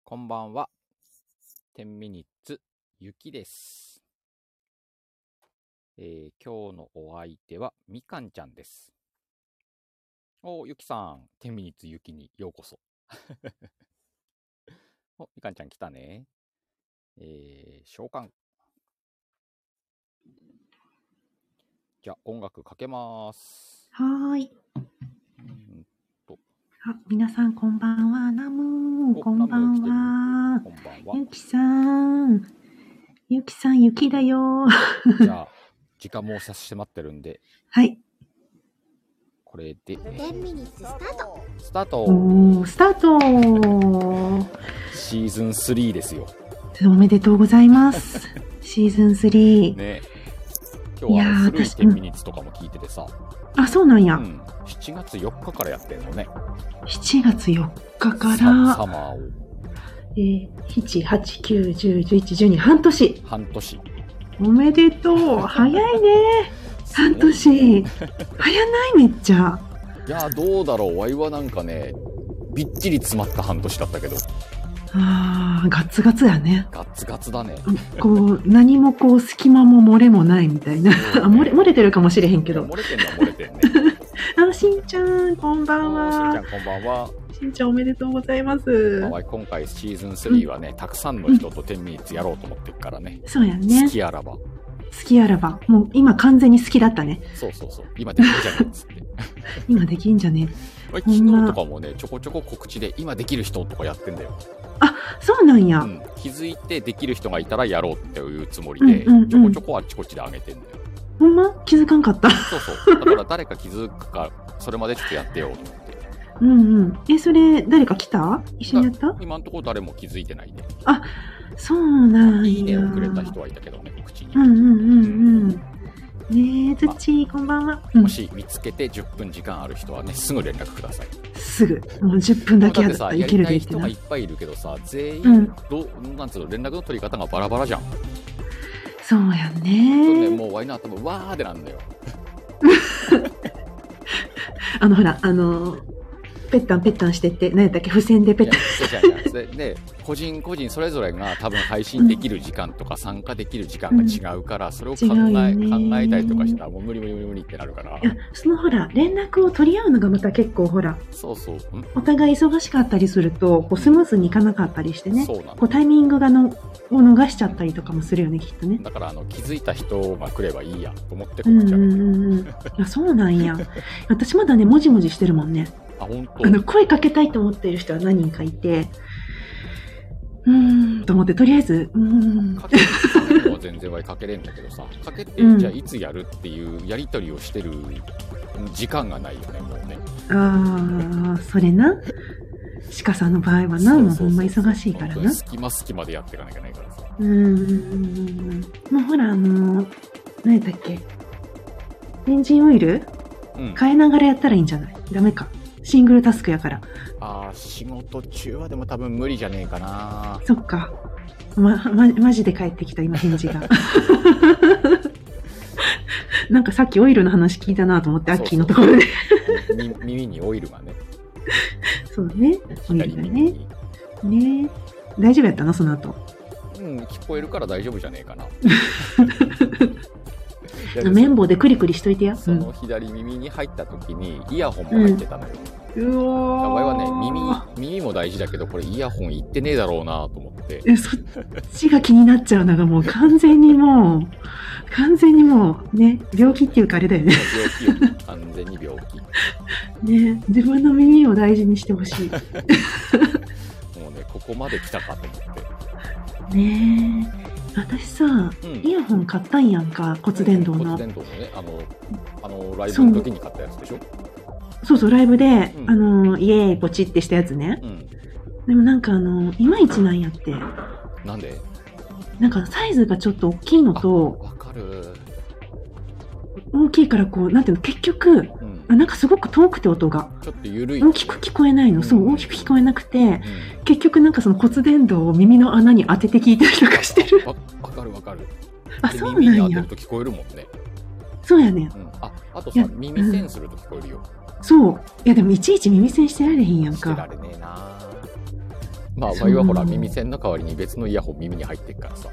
こんばんは。10ミニッツゆきです。今日のお相手はみかんちゃんです。ゆきさん、10ミニッツゆきにようこそ。みかんちゃん来たね。召喚。じゃあ音楽かけます。 はーい。皆さんこんばんは。ナムーこんばんは。 こんばんは。 ゆきさん、ゆきだよ。 じゃあ時間も差し迫ってるんで。 はい。 これで 10ミニッツスタート。 スタート。 スタート。 シーズン3ですよ。 おめでとうございます。シーズン3。 ね。今日は古い10ミニッツとかも聞いててさ。 あ、そうなんや。 7月4日からやってるのね。 7月4日から。 サマーを。 7、8、9、10、11、12、半年。 半年。 おめでとう。早いね。半年。早ないめっちゃ。 いや、どうだろう。ワイはなんかね、びっちり詰まった半年だったけど。 ガツガツやね。 ガツガツだね。 こう、何もこう、隙間も漏れもないみたいな。漏れてるかもしれへんけど。 漏れてんのは漏れてんね。 しんちゃん、こんばんは。 しんちゃん、こんばんは。 しんちゃん、おめでとうございます。 今回シーズン3はね、たくさんの人と10ミニッツやろうと思ってるからね。 そうやね。 好きあらば。 好きあらば。もう今完全に好きだったね。 そうそうそう。今できんじゃねえっつって。 今できんじゃねえ。 昨日とかもね、ちょこちょこ告知で今できる人とかやってんだよ。 あ、そうなんや。 気づいてできる人がいたらやろうっていうつもりで、ちょこちょこあっちこっちであげてんだよ。 ほんま気づかんかった。 そうそう。だから誰か気づくか、それまでちょっとやってよと思って。 それ、誰か来た？一緒にやった？ 今んところ誰も気づいてないね。 あ、そうなんや。 いいねをくれた人はいたけどね、告知に。 ねえ、つっちー、こんばんは。 もし見つけて10分時間ある人はね、すぐ連絡ください。 すぐ。もう10分だけやったらいけるでい人がいっぱいいるけどさ、全員、なんつうの、連絡の取り方がバラバラじゃん。 そうやね。 もうワイナー多分わーってなんだよ。 ほら、ペッタンペッタンしてって、何やったっけ、付箋でペッタン。 で、個人個人それぞれが多分配信できる時間とか参加できる時間が違うから、それを考えたりとかしたらもう無理ってなるから。 いや、そのほら、連絡を取り合うのがまた結構ほら、 そうそう。 お互い忙しかったりすると、こうスムーズにいかなかったりしてね、 そうなの。 こうタイミングを逃しちゃったりとかもするよね、きっとね。 だから気づいた人が来ればいいやと思って告知あげてる。 いや、そうなんや。私まだね、もじもじしてるもんね。 あ、本当。 声かけたいと思っている人は何人かいて、と思って、とりあえず、 かけるのは全然かけれんだけどさ、かけて、じゃあいつやるっていうやり取りをしてる時間がないよね、もうね。 それな。鹿さんの場合はな、もうほんま忙しいからな。 隙間でやっていかなきゃいけないからさ。 もうほら、何やったっけ、エンジンオイル、変えながらやったらいいんじゃない？ダメか。シングルタスクやから。 仕事中はでも多分無理じゃねえかな。 そっか。マジで帰ってきた、今返事が。なんかさっきオイルの話聞いたなと思って、アッキーのところで。 耳にオイルがね。 そうね。オイルがね。ね、大丈夫やったのその後。 聞こえるから大丈夫じゃねえかな。 綿棒でクリクリしといてや。 その左耳に入った時にイヤホンも入ってたのよ。場合はね、耳も大事だけど、これイヤホンいってねえだろうなと思って。 そっちが気になっちゃうのがもう完全にもうね、病気っていうかあれだよね。 病気よ。完全に病気。 ね、自分の耳を大事にしてほしい。もうね、ここまで来たかと思って。 ねえ。私さ、イヤホン買ったんやんか、骨伝導の。 骨伝導のね、ライブの時に買ったやつでしょ？ そうそう、ライブで、イエーイポチってしたやつね。でもなんかいまいちなんやって。 なんで？ なんかサイズがちょっと大きいのと、 わかる。 大きいからこう、なんていうの、結局、なんかすごく遠くて音が。 ちょっと緩い。 大きく聞こえないの。そう、大きく聞こえなくて、結局なんかその骨伝導を耳の穴に当てて聞いたりとかしてる。 わかる。 そうなんや。 耳に当てると聞こえるもんね。 そうやね。 あとさ、耳栓すると聞こえるよ。 そう。いやでもいちいち耳栓してられへんやんか。 してられねえな。 まあ、ワイはほら、耳栓の代わりに別のイヤホン耳に入ってっからさ。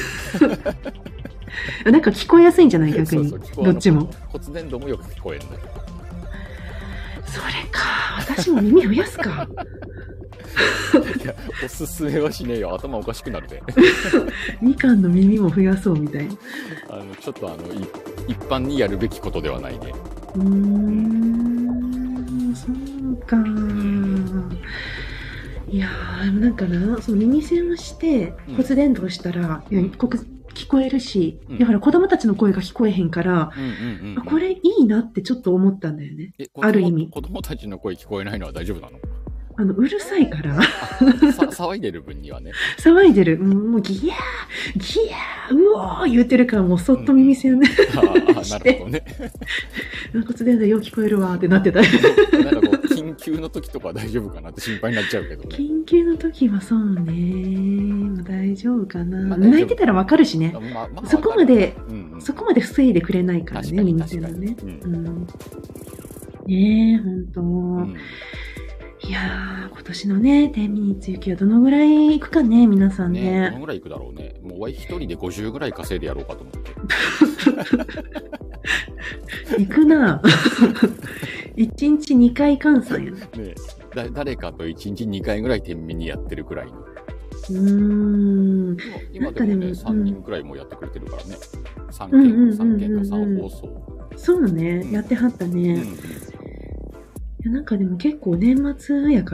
なんか聞こえやすいんじゃない逆に。そうそう、どっちも。 骨伝導もよく聞こえるんだよ。 それか。私も耳増やすか。 いや、おすすめはしねえよ。頭おかしくなるで。 みかんの耳も増やそうみたいな。 ちょっと一般にやるべきことではないね。 そうか。いやー、なんかな、その耳栓をして骨伝導したら、聞こえるし、だから子供たちの声が聞こえへんから、これいいなってちょっと思ったんだよね。ある意味。 子供たちの声聞こえないのは大丈夫なの？ うるさいから。 騒いでる分にはね。 騒いでる。もうギヤー、ギヤー、うおー言ってるから、もうそっと耳栓ね。 なるほどね。 骨伝導よう聞こえるわーってなってた。 なんかこう、緊急の時とか大丈夫かなって心配になっちゃうけどね。 緊急の時はそうね。大丈夫かな。泣いてたらわかるしね。そこまで防いでくれないからね、耳栓はね。ねえ、ほんと。いやー、今年のね、10ミニッツ雪はどのぐらい行くかね、皆さんね。 どのぐらい行くだろうね。もう、一人で50ぐらい稼いでやろうかと思って。 行くなぁ。1日2回換算やね。 誰かと1日2回ぐらい10ミニやってるくらいの。今でもね、3人くらいもやってくれてるからね。3件か3放送。 そうね、やってはったね。いやなんかでも結構年末やから、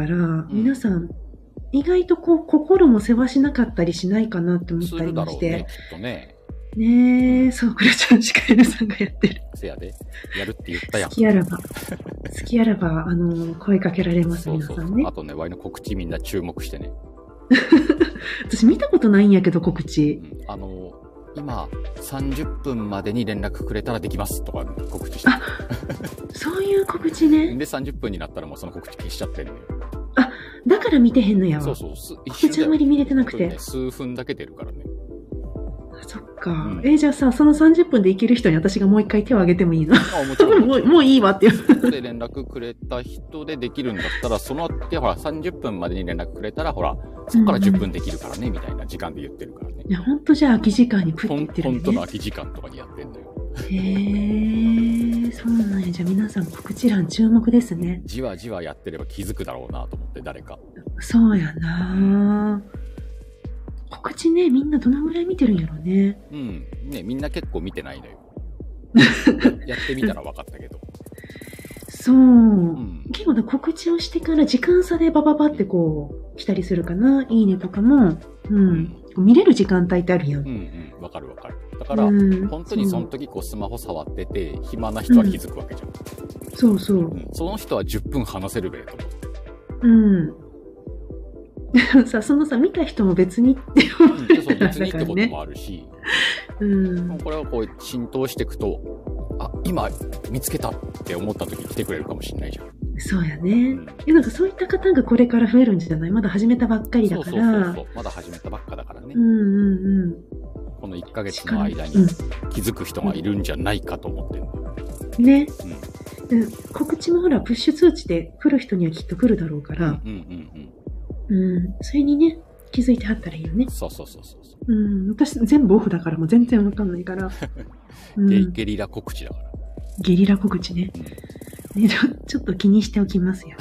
皆さん意外とこう心も世話しなかったりしないかなって思ったりもして。 ね、きっとね。 ねえ、そう、クロちゃんシカエルさんがやってる。 せやで、やるって言ったやん。 好きあらば、声かけられます、皆さんね。 あとね、ワイの告知みんな注目してね。 私見たことないんやけど、告知。 今30分までに連絡くれたらできますとか告知してあ、そういう告知ね。 で30分になったらもうその告知消しちゃってるのよ。 あ、だから見てへんのやわ。 そうそう、 告知あんまり見れてなくて、 ね、数分だけ出るからね。 そっか、じゃあさ、その30分でいける人に私がもう一回手を挙げてもいいの？ もちろんもういいわっていう。 そこで連絡くれた人でできるんだったら、そのってほら30分までに連絡くれたらほらそこから10分できるからね、みたいな時間で言ってるからね。 いやほんとじゃあ空き時間にプッて言ってるね。 本当の空き時間とかにやってんだよ。 へえ、そうなんや。じゃあ皆さん告知欄注目ですね。 じわじわやってれば気づくだろうなと思って誰か。 そうやな。告知ね、みんなどのぐらい見てるんやろうね。 ね、みんな結構見てないのよ。やってみたら分かったけど。 そう。結構告知をしてから時間差でバババってこう、来たりするかな。いいねとかも、見れる時間帯ってあるやん。 わかるわかる。だから、本当にその時こうスマホ触ってて、暇な人は気づくわけじゃん。 そうそう。 その人は10分話せるべと思って。 さ、そのさ、見た人も別にって思う、 そう、別にってこともあるし、これをこう浸透していくと、あ、今見つけたって思った時来てくれるかもしれないじゃん。 そうやね。なんかそういった方がこれから増えるんじゃない？まだ始めたばっかりだから。 そう。まだ始めたばっかだからね。この1ヶ月の間に気づく人がいるんじゃないかと思ってるんだよ。 ね。告知もほら、プッシュ通知で来る人にはきっと来るだろうから。それにね、気づいてはったらいいよね。そう。私全部オフだからもう全然わかんないから。 ゲリラ告知だから。 ゲリラ告知ね。ちょっと気にしておきますよ。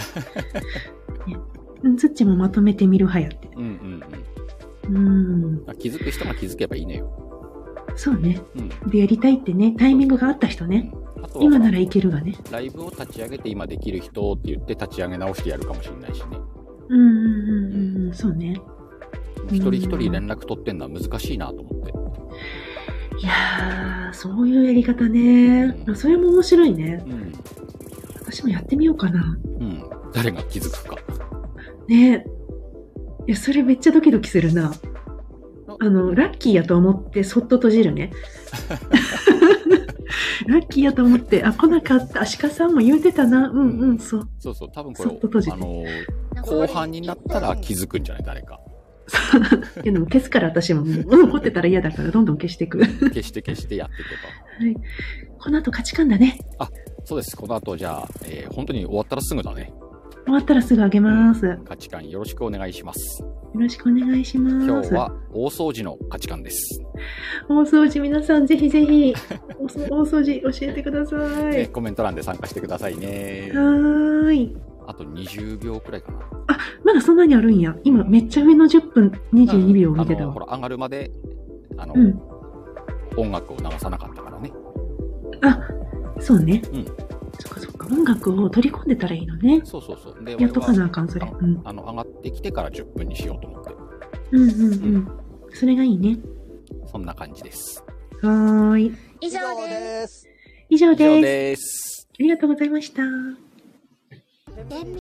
つっちもまとめてみる派やって。 気づく人が気づけばいいのよ。 そうね。で、やりたいってね、タイミングがあった人ね。今ならいけるわね。 ライブを立ち上げて今できる人って言って立ち上げ直してやるかもしれないしね。 そうね。 一人一人連絡取ってんのは難しいなと思って。 いやー、そういうやり方ね。それも面白いね。私もやってみようかな。 誰が気づくか。 ね。いや、それめっちゃドキドキするな。ラッキーやと思ってそっと閉じるね。ラッキーやと思って、あ、来なかった。アシカさんも言うてたな。そう。 そう、多分これ、後半になったら気づくんじゃない誰か。 でも消すから私も、残ってたら嫌だからどんどん消していく。 消してやっていけば。はい。この後価値観だね。 あ、そうです。この後じゃあ、本当に終わったらすぐだね。 終わったらすぐあげます。 価値観よろしくお願いします。 よろしくお願いします。 今日は大掃除の価値観です。 大掃除皆さんぜひぜひ大掃除教えてください。 コメント欄で参加してくださいね。 はい。あと20秒くらいかな。 あ、まだそんなにあるんや。今めっちゃ上の10分22秒見てたわ。 ほら上がるまで音楽を流さなかったからね。 あ、そうね。そっかそっか。音楽を取り込んでたらいいのね。 そうそうそう。 で、やっとかなあかん、それ。 上がってきてから10分にしようと思って。 それがいいね。 そんな感じです。 はーい。 以上です。 以上です。ありがとうございました。